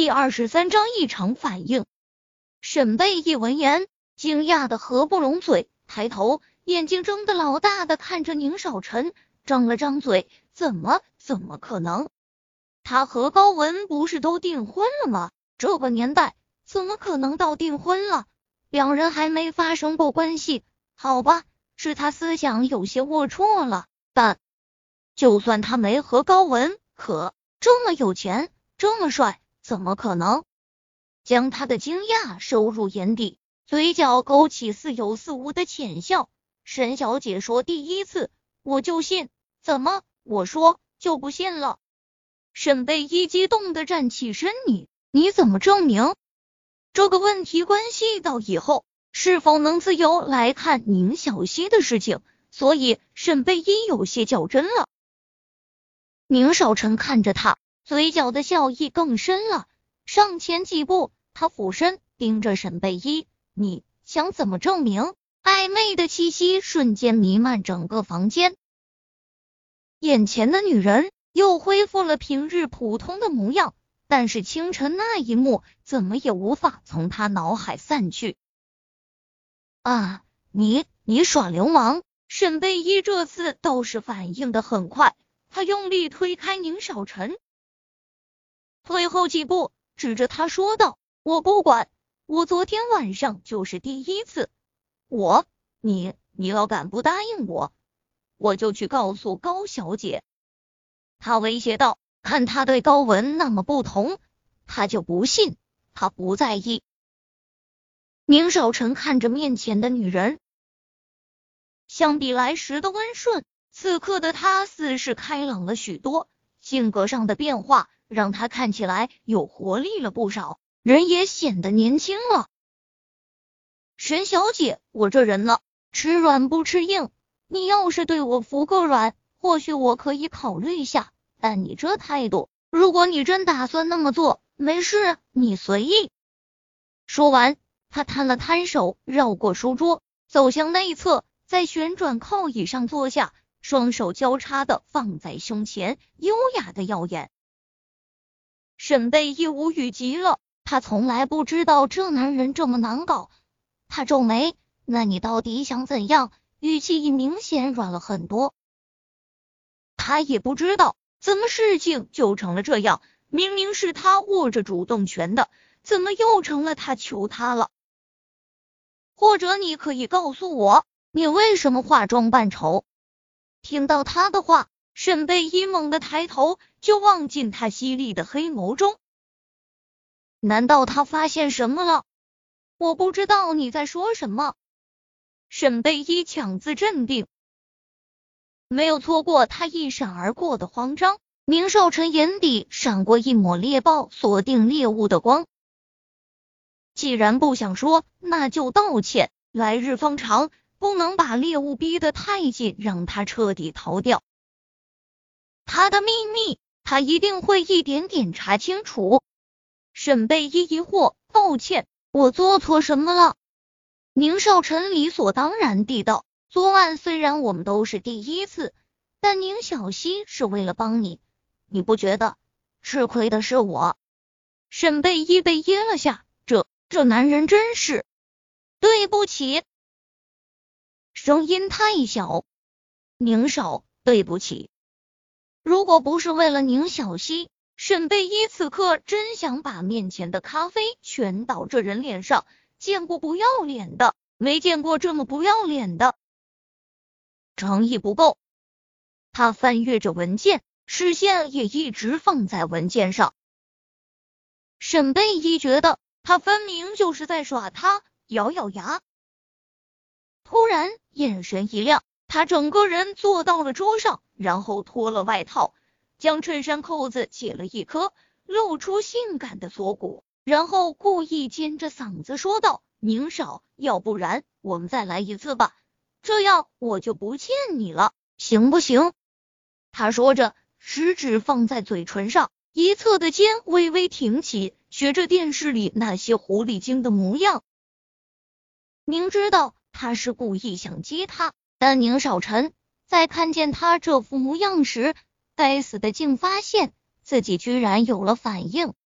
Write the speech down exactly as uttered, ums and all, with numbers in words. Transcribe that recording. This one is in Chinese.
第二十三章异常反应。沈贝一闻言，惊讶的合不拢嘴，抬头，眼睛睁得老大的看着宁少臣，张了张嘴，怎么怎么可能？他和高文不是都订婚了吗？这个年代怎么可能到订婚了？两人还没发生过关系。好吧，是他思想有些龌龊了，但就算他没和高文，可这么有钱，这么帅，怎么可能？将他的惊讶收入眼底，嘴角勾起似有似无的浅笑。沈小姐说第一次，我就信，怎么我说就不信了？沈贝一激动地站起身，你你怎么证明？这个问题关系到以后是否能自由来看宁小溪的事情，所以沈贝一有些较真了。宁少臣看着他，嘴角的笑意更深了，上前几步，他俯身盯着沈贝一，你想怎么证明？暧昧的气息瞬间弥漫整个房间，眼前的女人又恢复了平日普通的模样，但是清晨那一幕怎么也无法从他脑海散去。啊，你你耍流氓！沈贝一这次倒是反应的很快，他用力推开宁少臣，退后几步，指着他说道，我不管，我昨天晚上就是第一次，我你你要敢不答应我，我就去告诉高小姐。他威胁道，看他对高文那么不同，他就不信，他不在意。宁少臣看着面前的女人，相比来时的温顺，此刻的他似是开朗了许多，性格上的变化让他看起来有活力了不少，人也显得年轻了。沈小姐，我这人呢，吃软不吃硬，你要是对我服个软，或许我可以考虑一下，但你这态度，如果你真打算那么做，没事，你随意。说完，他摊了摊手，绕过书桌，走向内侧，在旋转靠椅上坐下，双手交叉的放在胸前，优雅的耀眼。沈贝一无语极了，他从来不知道这男人这么难搞。他皱眉，那你到底想怎样？语气已明显软了很多。他也不知道怎么事情就成了这样，明明是他握着主动权的，怎么又成了他求他了？或者你可以告诉我，你为什么化妆扮丑？听到他的话，沈贝一猛地抬头，就望进他犀利的黑眸中。难道他发现什么了？我不知道你在说什么。沈贝一强自镇定，没有错过他一闪而过的慌张。宁少臣眼底闪过一抹猎豹锁定猎物的光。既然不想说，那就道歉，来日方长，不能把猎物逼得太近，让他彻底逃掉。他的秘密，他一定会一点点查清楚。沈贝一疑惑，道歉，我做错什么了？宁少臣理所当然地道，昨晚虽然我们都是第一次，但宁小溪是为了帮你，你不觉得吃亏的是我？沈贝一被噎了下，这这男人真是……对不起。声音太小，宁少，对不起。如果不是为了宁小溪，沈贝一此刻真想把面前的咖啡全倒这人脸上，见过不要脸的，没见过这么不要脸的。诚意不够。他翻阅着文件，视线也一直放在文件上。沈贝一觉得他分明就是在耍他，咬咬牙。突然眼神一亮，他整个人坐到了桌上，然后脱了外套，将衬衫扣子解了一颗，露出性感的锁骨，然后故意尖着嗓子说道，宁少，要不然我们再来一次吧，这样我就不欠你了，行不行？他说着，食指放在嘴唇上，一侧的肩微微挺起，学着电视里那些狐狸精的模样。明知道他是故意想激他，但宁少臣在看见他这副模样时，该死的竟发现自己居然有了反应。